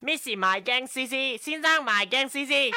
Missy 買驚 CC， 先生買驚 CC。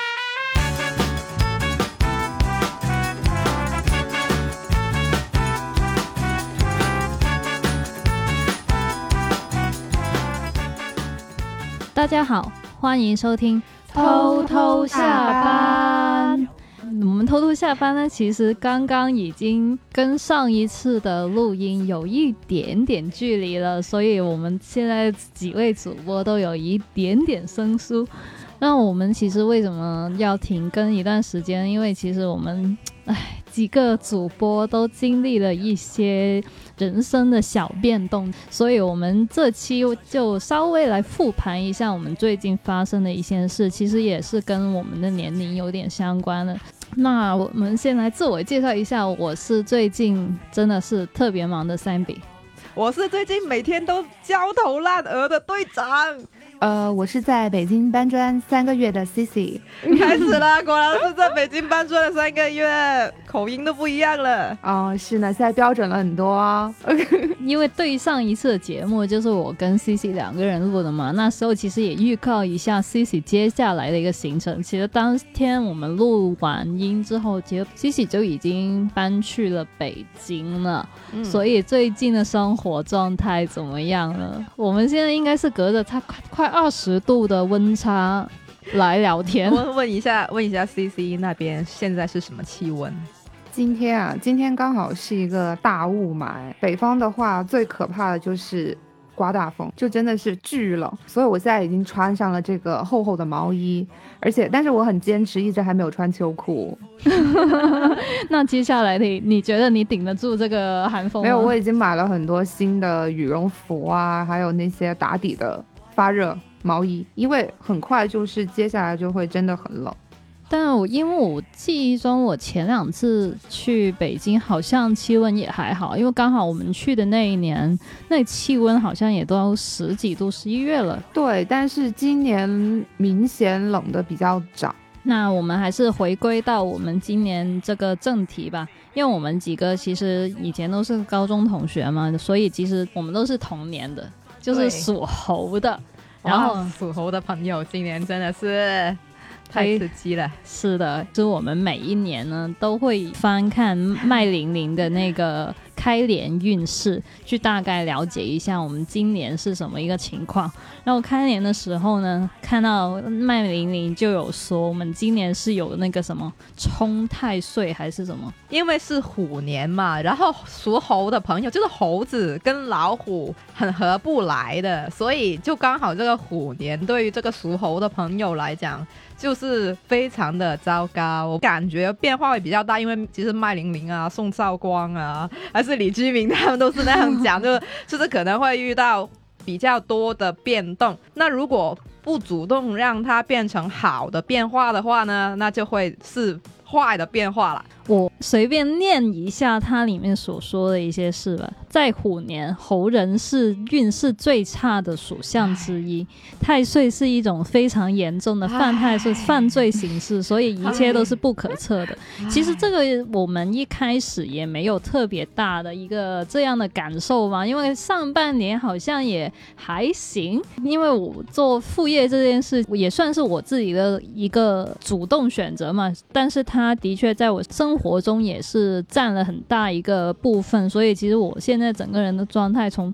大家好，欢迎收听偷偷下班。我们偷偷下班呢，其实刚刚已经跟上一次的录音有一点点距离了，所以我们现在几位主播都有一点点生疏。那我们其实为什么要停更一段时间？因为其实我们几个主播都经历了一些人生的小变动，所以我们这期就稍微来复盘一下我们最近发生的一些事，其实也是跟我们的年龄有点相关的。那我们先来自我介绍一下，我是最近真的是特别忙的三比， 我是最近每天都焦头烂额的队长。 我是在北京搬砖3个月的 Cici。 开始了，果然是在北京搬砖了3个月，口音都不一样了。 是呢，现在标准了很多哦。 因为对上一次的节目就是我跟 Cici 2个人录的嘛，那时候其实也预告一下 Cici 接下来的一个行程。其实当天我们录完音之后，其实 Cici 就已经搬去了北京了，所以最近的生活状态怎么样呢？我们现在应该是隔着它快20度的温差来聊天。 问一下 CC 那边现在是什么气温？ 今天刚好是一个大雾霾，北方的话最可怕的就是刮大风，就真的是巨冷，所以我现在已经穿上了这个厚厚的毛衣，但是我很坚持，一直还没有穿秋裤。 那接下来你觉得你顶得住这个寒风吗？ 没有，我已经买了很多新的羽绒服啊，还有那些打底的发热毛衣，因为很快就是接下来就会真的很冷。 但因为我记忆中我前2次去北京好像气温也还好，因为刚好我们去的那一年那气温好像也都10几度11月了。 对，但是今年明显冷的比较早。 那我们还是回归到我们今年这个正题吧，因为我们几个其实以前都是高中同学嘛，所以其实我们都是同年的，就是属猴的。然后属猴的朋友今年真的是太刺激了。 是的，就是我们每一年呢都会翻看麦玲玲的那个开年运势，去大概了解一下我们今年是什么一个情况。然后开年的时候呢，看到麦玲玲就有说我们今年是有那个什么冲太岁还是什么， 因为是虎年嘛，然后属猴的朋友就是猴子跟老虎很合不来的，所以就刚好这个虎年对于这个属猴的朋友来讲就是非常的糟糕。我感觉变化会比较大，因为其实麦玲玲啊、宋少光啊还是李居明他们都是那样讲，就是可能会遇到比较多的变动。那如果不主动让它变成好的变化的话呢，那就会是坏的变化了。 我随便念一下它里面所说的一些事吧。在虎年，猴人是运势最差的属相之一，太岁是一种非常严重的犯太岁犯罪形式，所以一切都是不可测的。其实这个我们一开始也没有特别大的一个这样的感受嘛，因为上半年好像也还行，因为我做副业这件事也算是我自己的一个主动选择嘛，但是它的确在我生活中也是占了很大一个部分，所以其实我现在整个人的状态从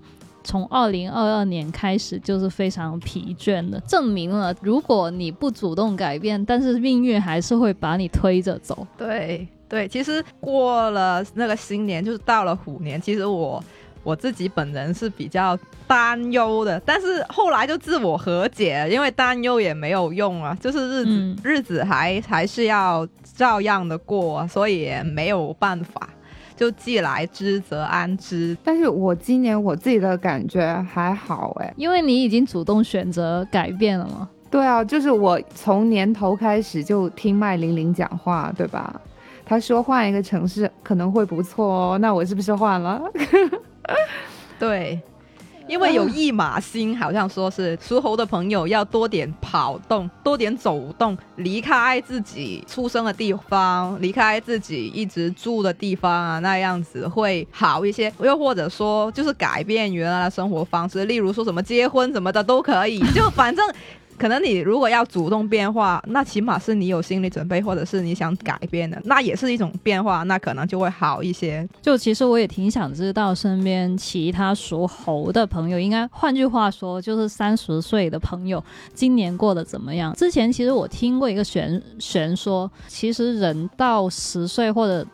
2022年开始就是非常疲倦的，证明了如果你不主动改变，但是命运还是会把你推着走。 对，其实过了那个新年就是到了虎年，其实我自己本人是比较担忧的，但是后来就自我和解了，因为担忧也没有用啊，就是日子还是要照样的过啊，所以也没有办法，就既来之则安之。 但是我今年我自己的感觉还好因为你已经主动选择改变了嘛。 对啊，就是我从年头开始就听麦玲玲讲话，对吧？她说换一个城市可能会不错哦，那我是不是换了？ 对，因为有驿马星，好像说是属猴的朋友要多点跑动，多点走动，离开自己出生的地方，离开自己一直住的地方啊，那样子会好一些。又或者说就是改变原来的生活方式，例如说什么结婚什么的都可以，就反正可能你如果要主动变化，那起码是你有心理准备，或者是你想改变的，那也是一种变化，那可能就会好一些。 就其实我也挺想知道身边其他属猴的朋友，应该换句话说就是30岁的朋友今年过得怎么样。之前其实我听过一个玄说，其实人到10岁或者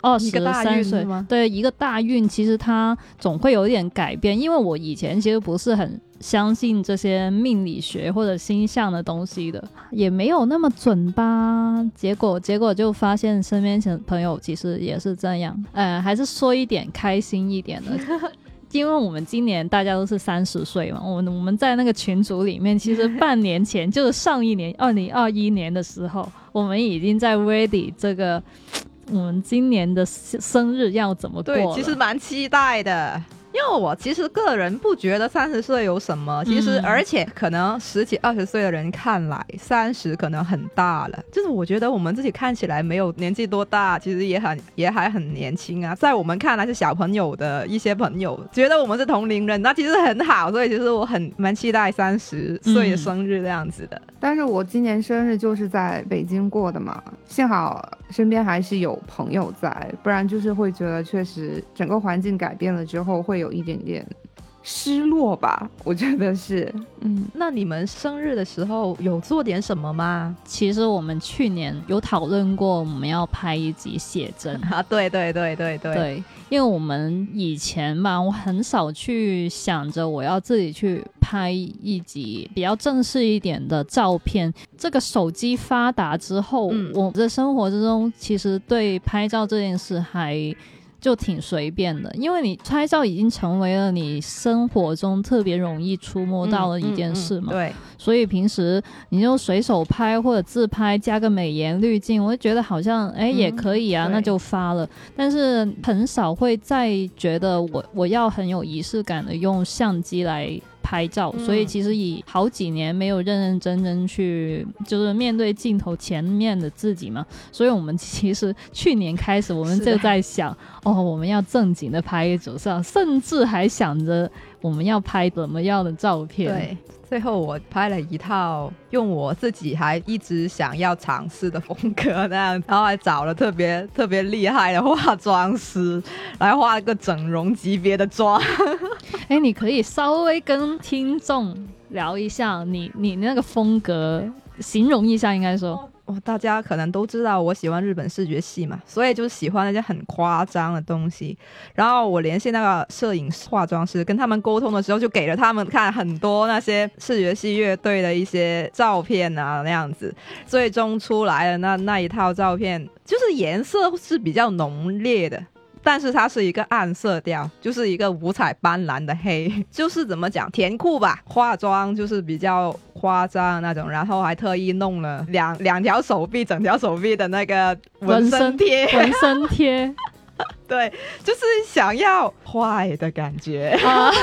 23岁，对，一个大运其实它总会有一点改变。因为我以前其实不是很相信这些命理学或者星象的东西的，也没有那么准吧。结果就发现身边朋友其实也是这样。还是说一点开心一点的。因为我们今年大家都是30岁嘛，我们在那个群组里面，其实半年前就是上一年2021年的时候，我们已经在 ready 这个我们今年的生日要怎么过了。 对，其实蛮期待的。因为我其实个人不觉得30岁有什么，其实而且可能10几20岁的人看来30可能很大了，就是我觉得我们自己看起来没有年纪多大，其实也还很年轻啊。在我们看来是小朋友的一些朋友觉得我们是同龄人，那其实很好，所以其实我蛮期待30岁的生日这样子的。 但是我今年生日就是在北京过的嘛，幸好身边还是有朋友在，不然就是会觉得确实整个环境改变了之后会有一点点失落吧，我觉得是。 那你们生日的时候有做点什么吗？ 其实我们去年有讨论过我们要拍一集写真啊，对， 因为我们以前吧，我很少去想着我要自己去拍一集比较正式一点的照片。这个手机发达之后，我的生活之中其实对拍照这件事还就挺随便的，因为你拍照已经成为了你生活中特别容易触摸到的一件事嘛。 对， 所以平时你就随手拍或者自拍，加个美颜滤镜，我就觉得好像也可以啊，那就发了。但是很少会再觉得我要很有仪式感的用相机来拍照，所以其实以好几年没有认认真真去就是面对镜头前面的自己嘛，所以我们其实去年开始我们就在想我们要正经的拍一组照，甚至还想着我们要拍怎么样的照片。 对，最后我拍了一套用我自己还一直想要尝试的风格那样，然后还找了特别厉害的化妆师来画一个整容级别的妆。 你可以稍微跟听众聊一下你那个风格，形容一下应该说。 大家可能都知道我喜欢日本视觉系嘛，所以就喜欢那些很夸张的东西。然后我联系那个摄影化妆师，跟他们沟通的时候就给了他们看很多那些视觉系乐队的一些照片啊那样子。最终出来的那一套照片就是颜色是比较浓烈的，但是它是一个暗色调，就是一个五彩斑斓的黑，就是怎么讲，甜酷吧。化妆就是比较夸张那种，然后还特意弄了两条手臂，整条手臂的那个纹身贴。对，就是想要坏的感觉。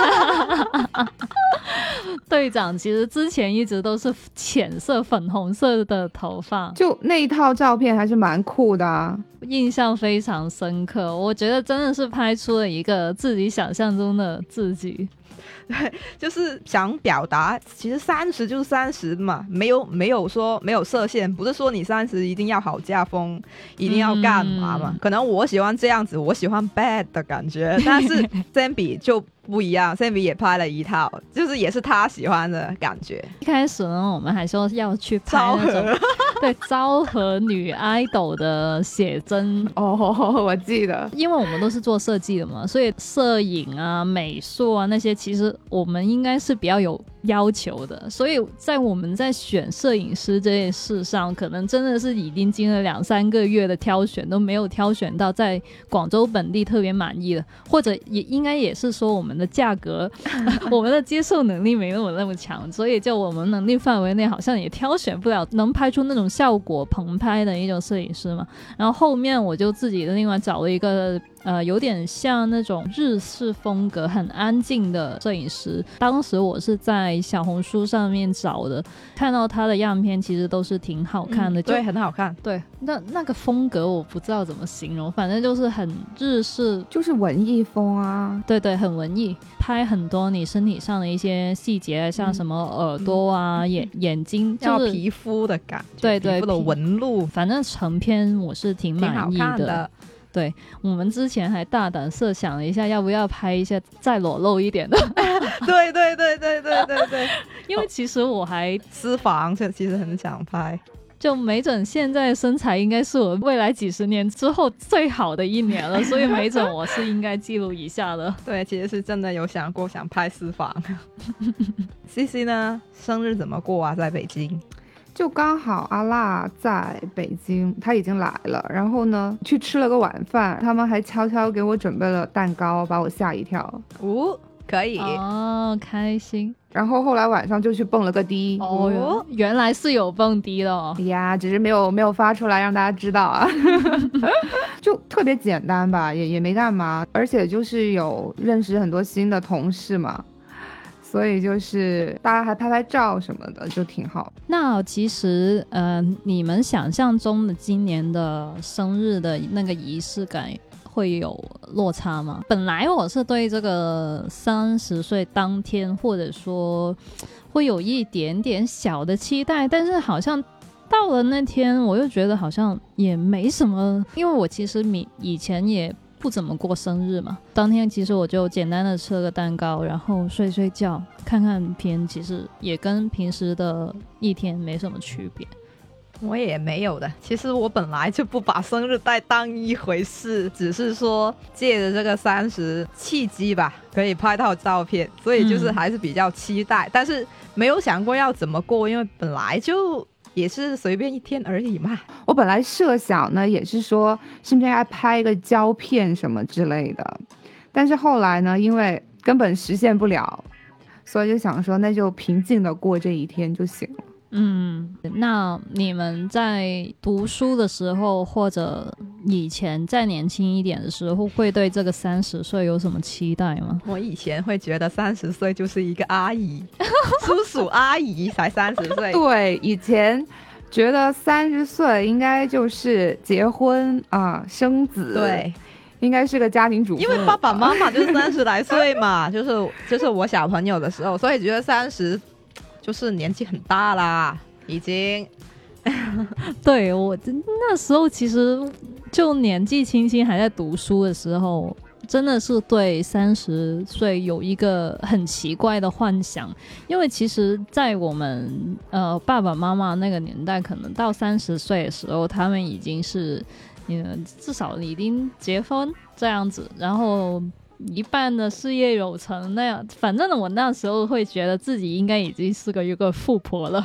队长其实之前一直都是浅色粉红色的头发， 就那一套照片还是蛮酷的啊， 印象非常深刻。我觉得真的是拍出了一个自己想象中的自己。 对，就是想表达其实30就是30嘛，没有说没有设限，不是说你30一定要好家风，一定要干嘛嘛。可能我喜欢这样子，我喜欢 bad 的感觉，但是 Zenbi 就不一样。 Zenbi 也拍了一套，就是也是他喜欢的感觉。 一开始呢，我们还说要去拍那种对昭和女 idol 的写真我记得， 因为我们都是做设计的嘛，所以摄影啊、美术啊那些，其实我们应该是比较有要求的。所以在我们在选摄影师这件事上，可能真的是已经经了2-3个月的挑选，都没有挑选到在广州本地特别满意的，或者也应该也是说我们的价格我们的接受能力没那么强，所以就我们能力范围内好像也挑选不了能拍出那种效果澎湃的一种摄影师嘛。然后后面我就自己另外找了一个有点像那种日式风格很安静的摄影师。当时我是在小红书上面找的，看到他的样片其实都是挺好看的， 对，很好看。 对，那个风格我不知道怎么形容，反正就是很日式， 就是文艺风啊。 对对，很文艺，拍很多你身体上的一些细节，像什么耳朵啊、眼睛，就是皮肤的感觉， 对对， 皮肤的纹路， 反正成片我是挺满意挺好看的。 对，我们之前还大胆设想了一下，要不要拍一下再裸露一点的。 对对对对对对对， 因为其实我还私房，其实很想拍。 就没准现在的身材应该是我未来几十年之后最好的一年了，所以没准我是应该记录一下的。 对，其实是真的有想过想拍私房。CC 呢，生日怎么过啊？在北京？ 就刚好阿辣在北京，他已经来了，然后呢去吃了个晚饭，他们还悄悄给我准备了蛋糕，把我吓一跳。 可以哦，开心。 然后后来晚上就去蹦了个迪。 哦，原来是有蹦迪的哦。 哎呀，只是没有发出来让大家知道啊。就特别简单吧，也没干嘛，而且就是有认识很多新的同事嘛，所以就是大家还拍拍照什么的，就挺好。 那其实你们想象中的今年的生日的那个仪式感会有落差吗？本来我是对这个30岁当天或者说会有一点点小的期待，但是好像到了那天我又觉得好像也没什么，因为我其实以前也不怎么过生日嘛，当天其实我就简单的吃了个蛋糕，然后睡觉看看片，其实也跟平时的一天没什么区别。 我也没有的，其实我本来就不把生日带当一回事，只是说借着这个30契机吧，可以拍到照片，所以就是还是比较期待，但是没有想过要怎么过，因为本来就也是随便一天而已嘛。 我本来设想呢，也是说是不是要拍一个胶片什么之类的，但是后来呢，因为根本实现不了，所以就想说那就平静的过这一天就行了。 那你们在读书的时候，或者以前再年轻一点的时候，会对这个30岁有什么期待吗？ 我以前会觉得30岁就是一个阿姨，叔叔阿姨才30岁。 对，以前觉得30岁应该就是结婚啊，生子， 对， 应该是个家庭主妇， 因为爸爸妈妈就是30来岁嘛，就是我小朋友的时候，所以觉得30就是年纪很大啦，已经。 对，我那时候其实就年纪轻轻还在读书的时候，真的是对30岁有一个很奇怪的幻想，因为其实在我们爸爸妈妈那个年代，可能到30岁的时候，他们已经是至少已经结婚这样子，然后一半的事业有成那样，反正我那时候会觉得自己应该已经是一个富婆了。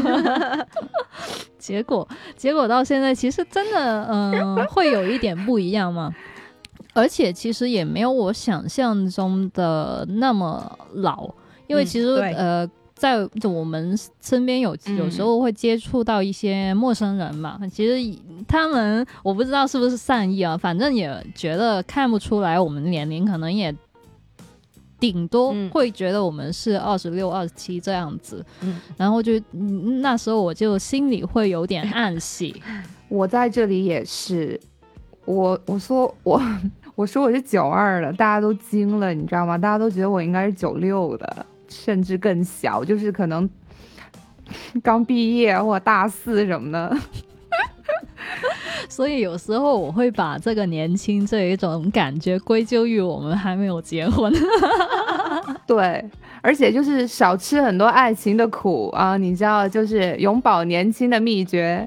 结果到现在其实真的会有一点不一样嘛，而且其实也没有我想象中的那么老，因为其实在我们身边有时候会接触到一些陌生人嘛，其实他们我不知道是不是善意啊，反正也觉得看不出来我们年龄，可能也顶多会觉得我们是26、27这样子，然后就那时候我就心里会有点暗喜。 我在这里也是，我说我是92的，大家都惊了，你知道吗？大家都觉得我应该是96的。甚至更小，就是可能刚毕业或大4什么的。 所以有时候我会把这个年轻这一种感觉归咎于我们还没有结婚。 对，而且就是少吃很多爱情的苦啊，你知道，就是永葆年轻的秘诀。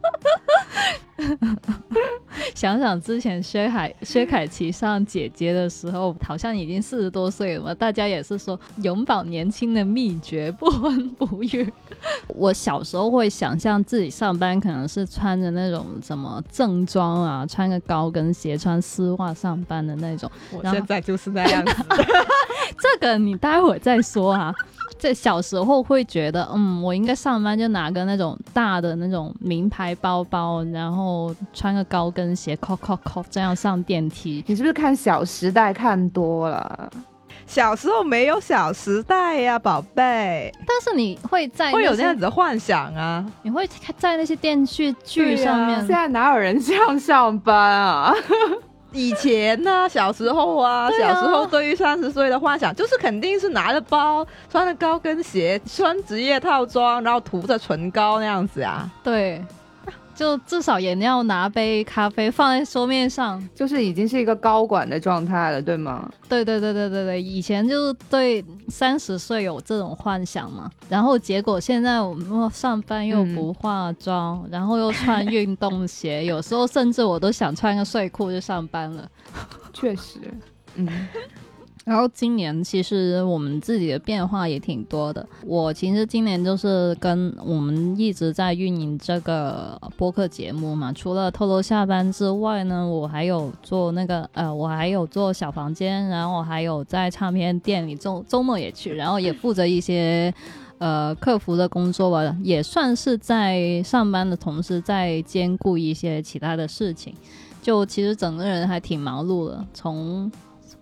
想想之前薛凯琪上姐姐的时候，好像已经40多岁了嘛，大家也是说永葆年轻的秘诀，不婚不育。 我小时候会想象自己上班可能是穿着那种什么正装啊，穿个高跟鞋，穿丝袜上班的那种。 我然后现在就是那样子。 这个你待会儿再说啊。这小时候会觉得，我应该上班就拿个那种大的那种名牌包包，然后穿个高跟鞋，这样上电梯。 你是不是看《小时代》看多了？ 小时候没有《小时代》呀，宝贝， 但是你会在会有那些那样子的幻想啊。 你会在那些电视剧上面现在哪有人这样上班啊？ 以前呢、小时候啊， 对啊小时候对于30岁的幻想，就是肯定是拿着包，穿着高跟鞋，穿职业套装，然后涂着唇膏那样子啊。 对，就至少也要拿杯咖啡放在桌面上。 就是已经是一个高管的状态了，对吗？ 对，以前就是对30岁有这种幻想嘛，然后结果现在我们上班又不化妆，然后又穿运动鞋，有时候甚至我都想穿个睡裤就上班了。 确实， 然后今年其实我们自己的变化也挺多的。我其实今年就是跟我们一直在运营这个播客节目嘛，除了偷偷下班之外呢，我还有做我还有做小房间，然后我还有在唱片店里周末也去，然后也负责一些客服的工作吧，也算是在上班的同时在兼顾一些其他的事情。就其实整个人还挺忙碌的，从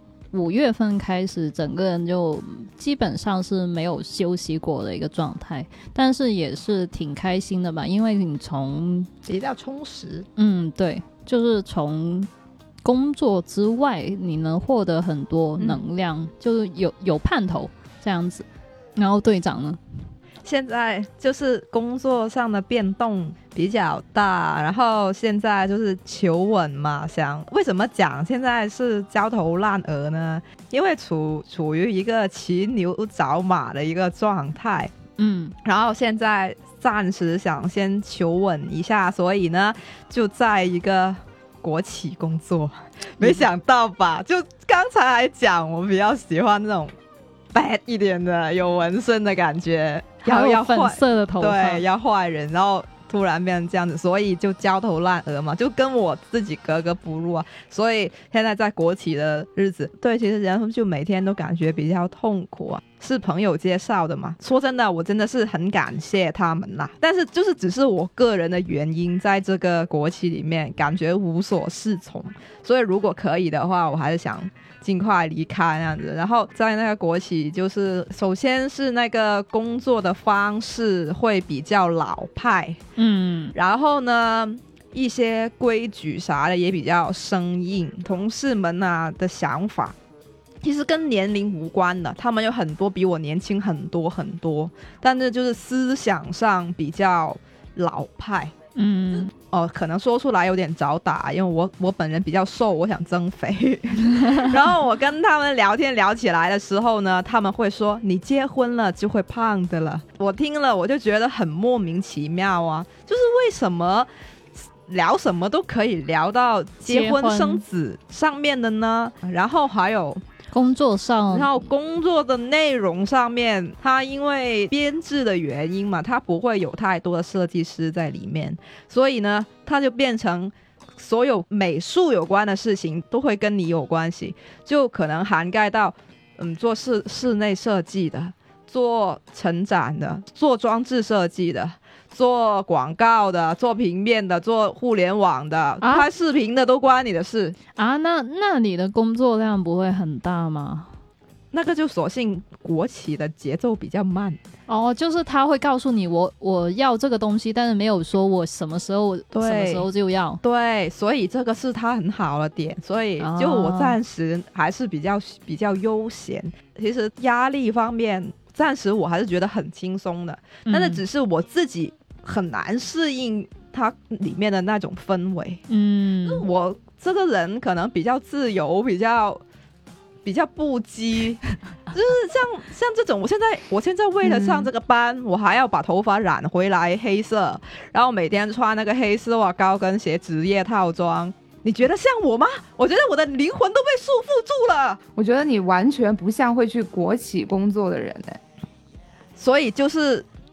5月份开始，整个人就基本上是没有休息过的一个状态，但是也是挺开心的吧，因为你从比较充实。 对，就是从工作之外，你能获得很多能量，就是有盼头这样子。然后队长呢？ 现在就是工作上的变动比较大，然后现在就是求稳嘛，想为什么讲现在是焦头烂额呢？因为处于一个骑牛找马的一个状态，然后现在暂时想先求稳一下，所以呢就在一个国企工作，没想到吧？就刚才还讲我比较喜欢那种bad 一点的有纹身的感觉，要粉色的头发， 对，要坏人，然后突然变成这样子，所以就焦头烂额嘛，就跟我自己格格不入啊。所以现在在国企的日子，对，其实人就每天都感觉比较痛苦啊。是朋友介绍的嘛，说真的，我真的是很感谢他们啦。但是就是只是我个人的原因，在这个国企里面感觉无所适从，所以如果可以的话，我还是想尽快离开那样子。然后在那个国企，就是首先是那个工作的方式会比较老派，然后呢一些规矩啥的也比较生硬，同事们啊的想法其实跟年龄无关的，他们有很多比我年轻很多很多，但是就是思想上比较老派。可能说出来有点找打，因为我本人比较瘦，我想增肥。然后我跟他们聊天聊起来的时候呢，他们会说你结婚了就会胖的了。我听了我就觉得很莫名其妙啊，就是为什么聊什么都可以聊到结婚生子上面的呢？然后还有工作上， 然后工作的内容上面，它因为编制的原因嘛，它不会有太多的设计师在里面，所以呢它就变成所有美术有关的事情都会跟你有关系，就可能涵盖到做室内设计的，做陈展的，做装置设计的，做广告的，做平面的，做互联网的，拍视频的，都关你的事啊。那你的工作量不会很大吗？ 那个就索性国企的节奏比较慢就是他会告诉你我要这个东西，但是没有说我什么时候就要。 对，所以这个是他很好的点，所以就我暂时还是比较悠闲。其实压力方面暂时我还是觉得很轻松的，但是只是我自己很难适应它里面的那种氛围。我这个人可能比较自由，比较不羁，就是像这种，我现在为了上这个班，我还要把头发染回来黑色，然后每天穿那个黑丝袜高跟鞋职业套装。你觉得像我吗？我觉得我的灵魂都被束缚住了。 我觉得你完全不像会去国企工作的人。 所以就是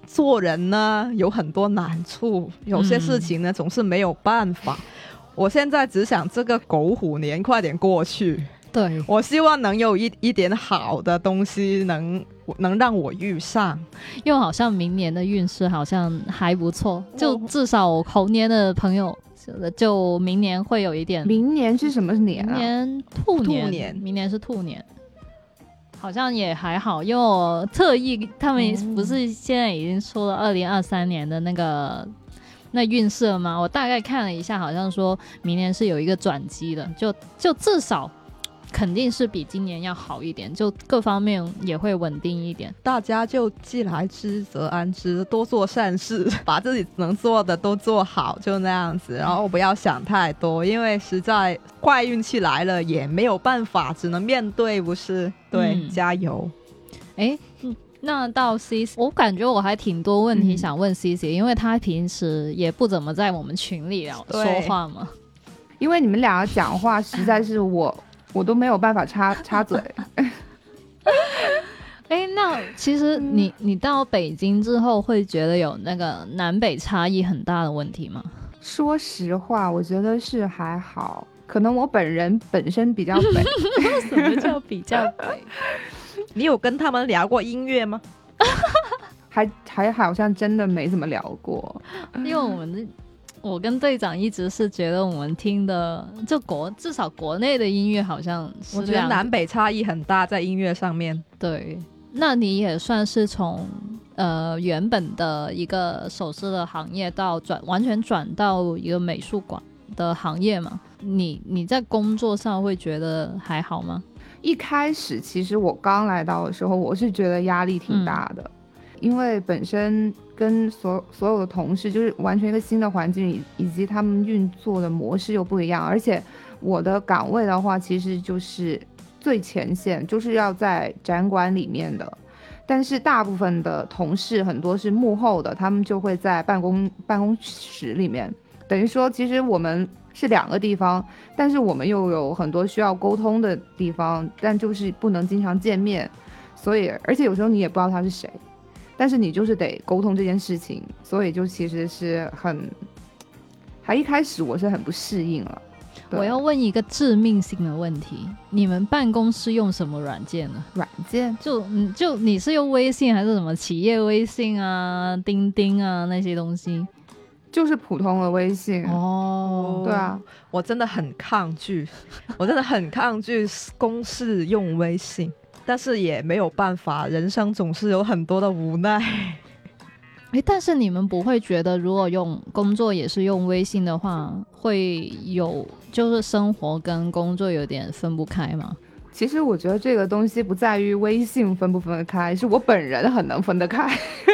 做人呢有很多难处，有些事情呢总是没有办法。我现在只想这个狗虎年快点过去， 对， 我希望能有一点好的东西能让我遇上。 因为好像明年的运势好像还不错，就至少猴年的朋友就明年会有一点。 明年是什么年啊？ 明年兔年， 兔年明年是兔年，好像也还好，因为我特意他们不是现在已经说了2023年的那运势了吗？我大概看了一下，好像说明年是有一个转机的，就至少肯定是比今年要好一点，就各方面也会稳定一点。 大家就既来之则安之，多做善事，把自己能做的都做好，就那样子。然后不要想太多，因为实在怪运气来了也没有办法，只能面对，不是？对，加油。 那到 CC， 我感觉我还挺多问题想问 CC，因为他平时也不怎么在我们群里说话嘛。 因为你们俩讲话实在是我都没有办法插嘴。 那其实你到北京之后会觉得有那个南北差异很大的问题吗？ 说实话，我觉得是还好，可能我本身比较北。 什么叫比较北？ 你有跟他们聊过音乐吗？ 还好像真的没怎么聊过， 因为我跟队长一直是觉得我们听的就至少国内的音乐好像是我觉得南北差异很大，在音乐上面。 对，那你也算是从原本的一个首饰的行业完全转到一个美术馆的行业嘛？你在工作上会觉得还好吗？ 一开始其实我刚来到的时候，我是觉得压力挺大的，因为本身跟所有的同事就是完全一个新的环境，以及他们运作的模式又不一样，而且我的岗位的话，其实就是最前线，就是要在展馆里面的，但是大部分的同事很多是幕后的，他们就会在办公室里面，等于说其实我们是两个地方，但是我们又有很多需要沟通的地方，但就是不能经常见面，所以而且有时候你也不知道他是谁，但是你就是得沟通这件事情，所以就其实是还一开始我是很不适应了。 我要问一个致命性的问题，你们办公室用什么软件呢？ 软件就你是用微信还是什么企业微信啊、钉钉啊那些东西？ 就是普通的微信。对啊， 我真的很抗拒，公事用微信，但是也没有办法，人生总是有很多的无奈。 但是你们不会觉得如果工作也是用微信的话，会有就是生活跟工作有点分不开吗？ 其实我觉得这个东西不在于微信分不分得开，是我本人很能分得开。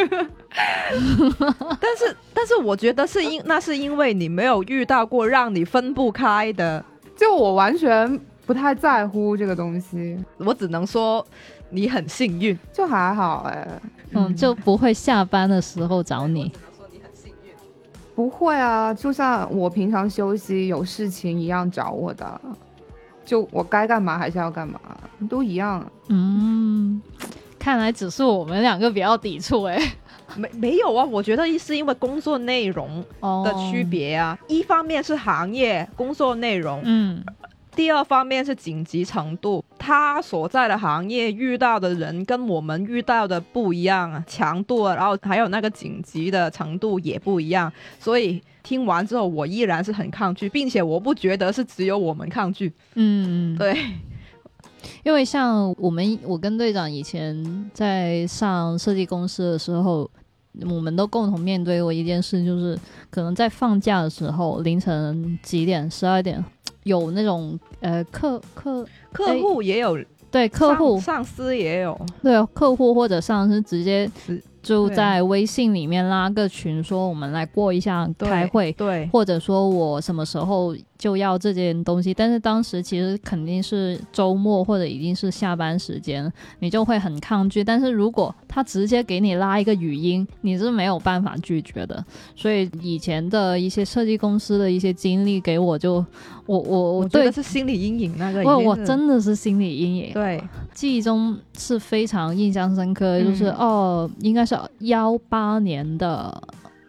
但是我觉得那是因为你没有遇到过让你分不开的， 就我完全不太在乎这个东西， 我只能说你很幸运， 就还好就不会下班的时候找你。 不会啊，就像我平常休息有事情一样找我的，就我该干嘛还是要干嘛，都一样。 看来只是我们两个比较抵触没有啊，我觉得是因为工作内容的区别啊，一方面是行业工作内容，第二方面是紧急程度，他所在的行业遇到的人跟我们遇到的不一样啊，强度然后还有那个紧急的程度也不一样，所以听完之后我依然是很抗拒，并且我不觉得是只有我们抗拒。对， 因为像我跟队长以前在上设计公司的时候，我们都共同面对过一件事，就是可能在放假的时候凌晨几点12点有那种客户也有， 对，客户上司也有， 对，客户或者上司直接就在微信里面拉个群说我们来过一下开会， 对， 或者说我什么时候就要这件东西，但是当时其实肯定是周末或者已经是下班时间，你就会很抗拒。但是如果他直接给你拉一个语音，你是没有办法拒绝的。所以以前的一些设计公司的一些经历给我就我对觉得是心理阴影，那个我真的是心理阴影， 对， 记忆中是非常印象深刻的，就是应该是18年的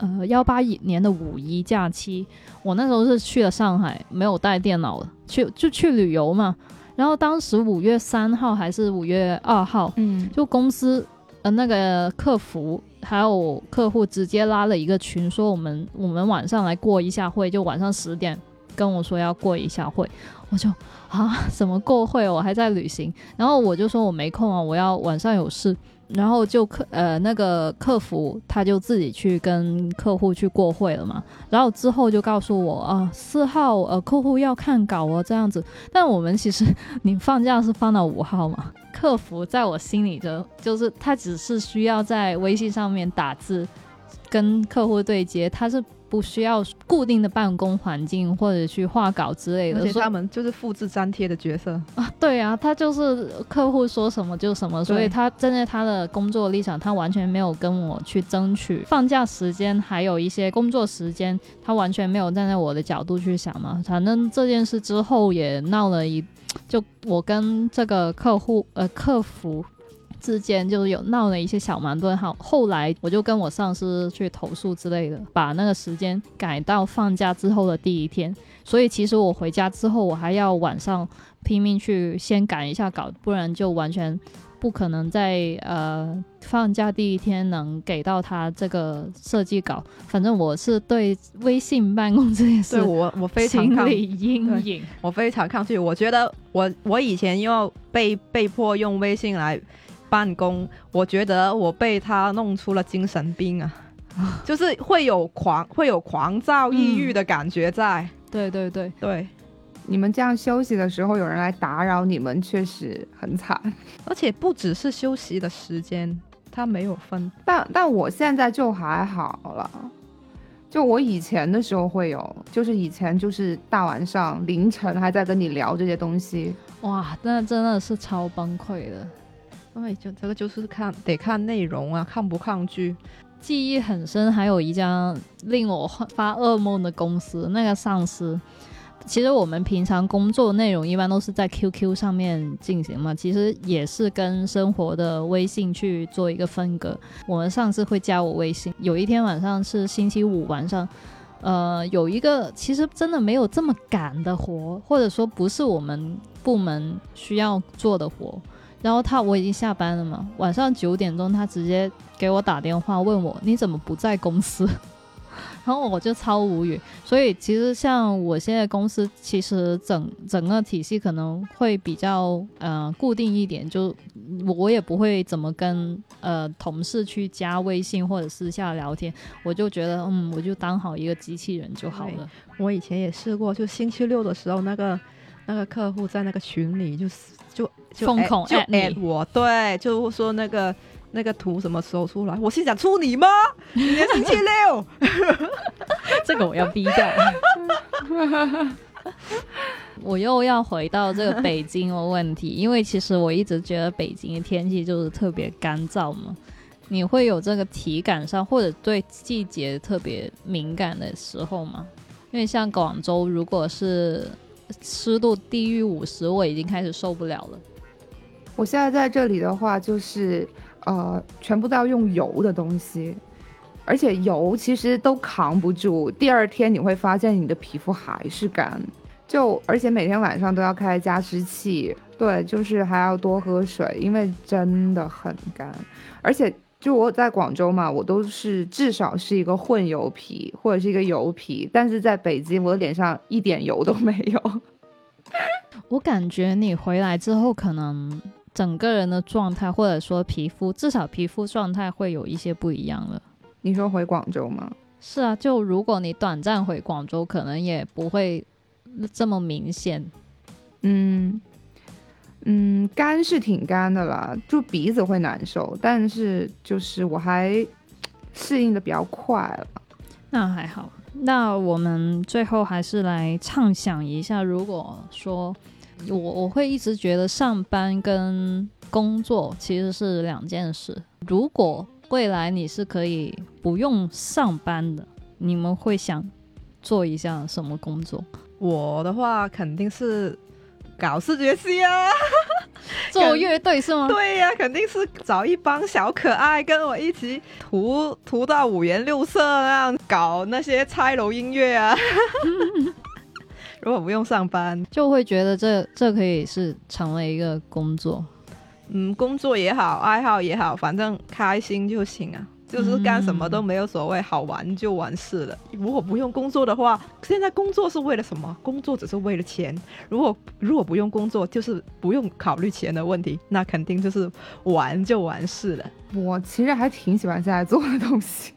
18年的五一假期，我那时候是去了上海，没有带电脑的，就去旅游嘛。然后当时5月3号还是5月2号，就公司那个客服还有客户直接拉了一个群，说我们晚上来过一下会，就晚上10点跟我说要过一下会。我就什么过会，我还在旅行。然后我就说我没空啊，我要晚上有事。然后就那个客服他就自己去跟客户去过会了嘛，然后之后就告诉我4号客户要看稿这样子。但我们其实你放假是放到5号嘛，客服在我心里就是他只是需要在微信上面打字跟客户对接，他是不需要固定的办公环境或者去画稿之类的， 而且他们就是复制粘贴的角色对啊，他就是客户说什么就什么，所以他站在他的工作立场，他完全没有跟我去争取放假时间，还有一些工作时间，他完全没有站在我的角度去想嘛。反正这件事之后也闹了就我跟这个客服之间就有闹了一些小矛盾，后来我就跟我上司去投诉之类的，把那个时间改到放假之后的第一天。所以其实我回家之后，我还要晚上拼命去先赶一下稿，不然就完全不可能在放假第一天能给到他这个设计稿。反正我是对微信办公这件事， 对我非常心理阴影， 我非常抗拒。我觉得我以前要被迫用微信来办公，我觉得我被他弄出了精神病啊，就是会有狂躁抑郁的感觉在。 对对对对， 你们这样休息的时候有人来打扰你们，确实很惨。 而且不只是休息的时间，他没有分。 但我现在就还好了，就我以前的时候会有，就是以前就是大晚上凌晨还在跟你聊这些东西， 哇，那真的是超崩溃的。 对，这个就是得看内容啊，抗不抗拒。 记忆很深，还有一家令我发噩梦的公司，那个上司，其实我们平常工作内容一般都是在 QQ 上面进行嘛，其实也是跟生活的微信去做一个分隔。我们上司会加我微信，有一天晚上是星期5晚上，有一个其实真的没有这么赶的活，或者说不是我们部门需要做的活。然后我已经下班了嘛，晚上9点钟他直接给我打电话问我你怎么不在公司，然后我就超无语。所以其实像我现在公司其实整个体系可能会比较固定一点，就我也不会怎么跟同事去加微信或者私下聊天，我就觉得我就当好一个机器人就好了。 我以前也试过，就星期6的时候那个客户在那个群里就疯狂 at 我，对，就说那个图什么时候出来，我心想出你吗？今天星期6 这个我要逼掉我又要回到这个北京的问题，因为其实我一直觉得北京的天气就是特别干燥嘛，你会有这个体感上或者对季节特别敏感的时候吗？因为像广州如果是湿度低于50，我已经开始受不了了。 我现在在这里的话，就是全部都要用油的东西，而且油其实都扛不住，第2天你会发现你的皮肤还是干，而且每天晚上都要开加湿器，对，就是还要多喝水，因为真的很干。而且就我在广州嘛，我都是至少是一个混油皮或者是一个油皮，但是在北京我的脸上一点油都没有。 我感觉你回来之后可能整个人的状态或者说至少皮肤状态会有一些不一样了。 你说回广州吗？ 是啊，就如果你短暂回广州可能也不会这么明显。 干是挺干的啦，就鼻子会难受，但是就是我还适应的比较快了。 那还好。那我们最后还是来畅想一下，如果说我会一直觉得上班跟工作其实是两件事。如果未来你是可以不用上班的，你们会想做一下什么工作？ 我的话肯定是搞视觉系啊。 做乐队是吗？ 对呀、肯定是找一帮小可爱跟我一起涂到五颜六色那样，搞那些拆楼音乐啊。如果不用上班， 就会觉得这可以是成为一个工作。 工作也好，爱好也好，反正开心就行啊。就是干什么都没有所谓，好玩就完事了。如果不用工作的话，现在工作是为了什么？工作只是为了钱。如果不用工作，就是不用考虑钱的问题，那肯定就是玩就完事了。 我其实还挺喜欢现在做的东西。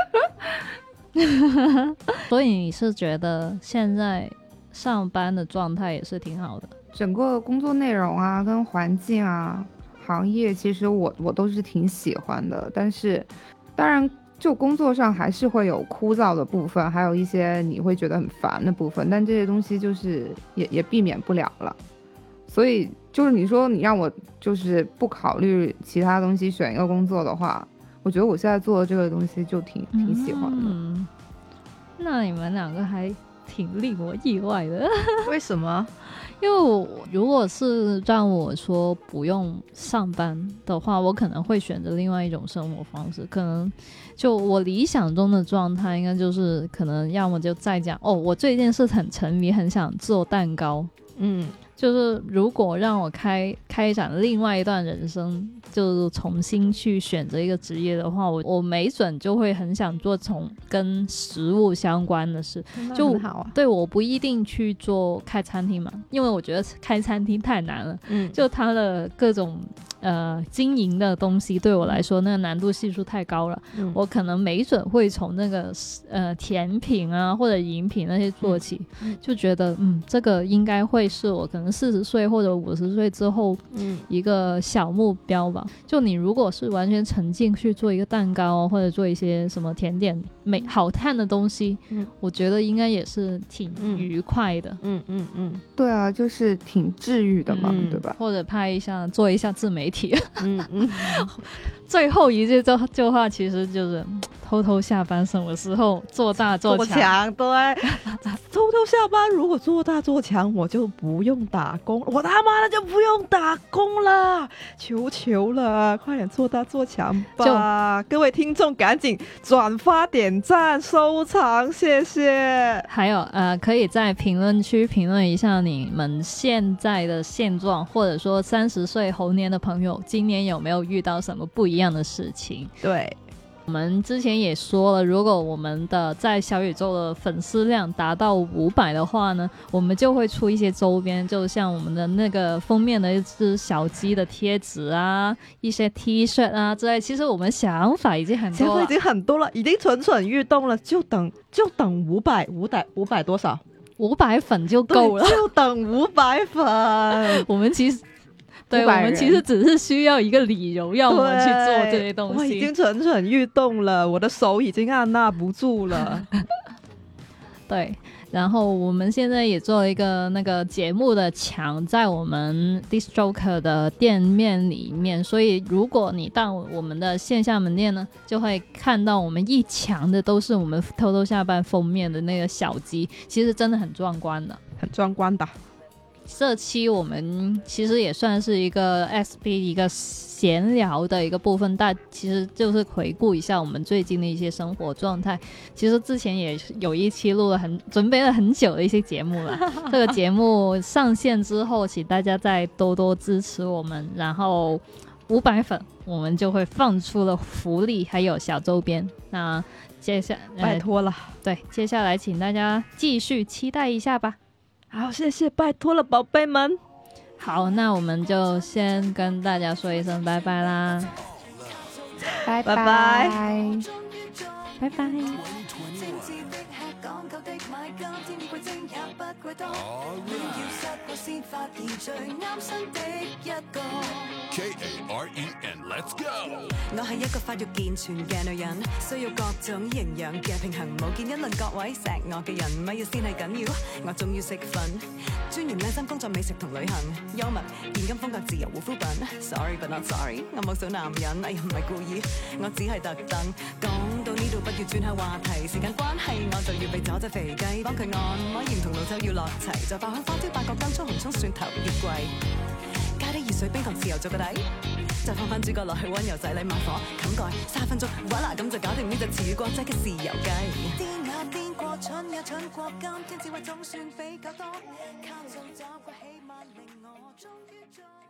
所以你是觉得现在上班的状态也是挺好的？ 整个工作内容啊，跟环境啊，行业其实我都是挺喜欢的，但是当然就工作上还是会有枯燥的部分，还有一些你会觉得很烦的部分，但这些东西就是也避免不了了。所以就是你说你让我就是不考虑其他东西选一个工作的话，我觉得我现在做的这个东西就挺喜欢的。 那你们两个还挺令我意外的。 为什么？ 因为如果是让我说不用上班的话，我可能会选择另外一种生活方式。可能就我理想中的状态，应该就是可能要么就在家。我最近是很沉迷，很想做蛋糕。就是如果让我开展另外一段人生，就是重新去选择一个职业的话，我没准就会很想做跟食物相关的事。就很好啊。 对，我不一定去做开餐厅嘛，因为我觉得开餐厅太难了。就它的各种经营的东西对我来说那个难度系数太高了。我可能没准会从那个甜品啊或者饮品那些做起。就觉得这个应该会是我可能40岁或者50岁之后一个小目标吧。就你如果是完全沉浸去做一个蛋糕或者做一些什么甜点好看的东西，我觉得应该也是挺愉快的。 对啊，就是挺治愈的嘛，对吧？ 或者做一下自媒体。最后一句这话其实就是偷偷下班什么时候做大做强。 对。偷偷下班，如果做大做强，我就不用打工，我他妈的就不用打工了，求了，快点做大做强吧！各位听众赶紧转发点赞收藏，谢谢。 还有可以在评论区评论一下你们现在的现状，或者说30岁猴年的朋友今年有没有遇到什么不一样的事情。 对， 我们之前也说了，如果我们的在小宇宙的粉丝量达到500的话呢，我们就会出一些周边，就像我们的那个封面的一只小鸡的贴纸啊，一些 T 恤啊之类。其实我们想法已经很多了， 想法已经很多了，已经蠢蠢欲动了，就等500多少 ？500粉就够了， 就等500粉。 我们其实。对，我们其实只是需要一个理由让我们去做这些东西。 我已经蠢蠢欲动了，我的手已经按捺不住了。 对，然后我们现在也做了一个那个节目的墙在我们 DiscJoker 的店面里面，所以如果你到我们的线下门店呢，就会看到我们一墙的都是我们偷偷下班封面的那个小鸡，其实真的很壮观的， 很壮观的。 这期我们其实也算是一个 SP 一个闲聊的一个部分，但其实就是回顾一下我们最近的一些生活状态。其实之前也有一期准备了很久的一些节目了。这个节目上线之后，请大家再多多支持我们，然后500粉我们就会放出了福利还有小周边。那拜托了， 对，接下来请大家继续期待一下吧。 好，谢谢，拜托了，宝贝们。 好，那我们就先跟大家说一声拜拜啦， 拜拜拜拜。 買今天要貴精也不貴多，戀要失過先發現最啱身的一個。 KAREN，Let's go！ 我係一個發育健全嘅女人，需要各種營養嘅平衡，無見一論各位錫我嘅人，咪要先係緊要，我仲要食瞓，專研靚心工作美食同旅行，幽默現金風格自由護膚品 ，sorry but not sorry， 我冇數男人，哎呀唔係故意，我只係特登講到呢度，不如轉下話題，時間關係我就要被咗隻肥雞，幫佢按摩鹽同老酒要落齊，就爆香花椒八角薑葱紅葱蒜頭月桂。加啲熱水冰糖豉油做個底，再放翻主角落去溫柔仔禮慢火冚蓋3分鐘，voilà咁就搞掂呢隻似國際嘅豉油雞。癲呀癲過，蠢也蠢過，今天智慧總算比較多，靠近找個起碼令我終於做。